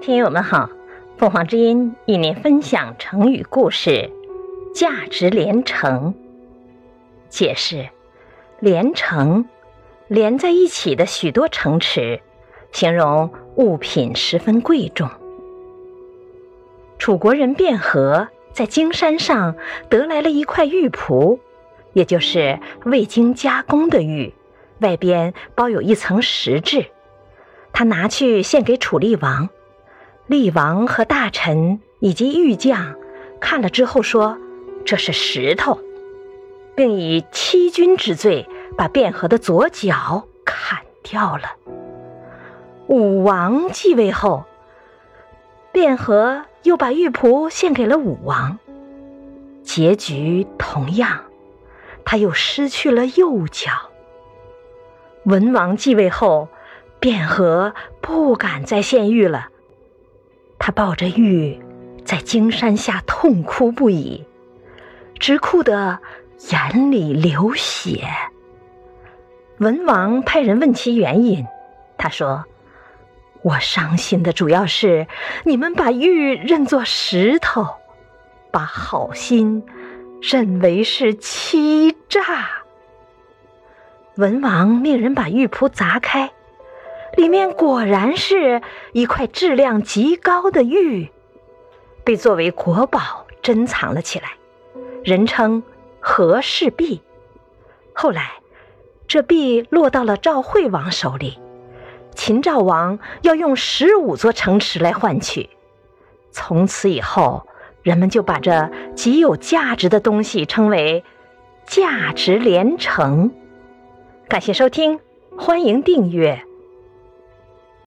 听友们好，凤凰之音与您分享成语故事价值连城。解释：连城，连在一起的许多城池，形容物品十分贵重。楚国人卞和在荆山上得来了一块玉璞，也就是未经加工的玉，外边包有一层石质。他拿去献给楚厉王，厉王和大臣以及玉匠看了之后说，这是石头，并以欺君之罪把卞和的左脚砍掉了。武王继位后，卞和又把玉璞献给了武王，结局同样，他又失去了右脚。文王继位后，卞和不敢再献玉了，他抱着玉在荆山下痛哭不已，直哭得眼里流血。文王派人问其原因，他说，我伤心的主要是你们把玉认作石头，把好心认为是欺诈。文王命人把玉璞砸开，里面果然是一块质量极高的玉，被作为国宝珍藏了起来，人称和氏璧。后来这璧落到了赵惠王手里，秦赵王要用15座城池来换取。从此以后，人们就把这极有价值的东西称为价值连城。感谢收听，欢迎订阅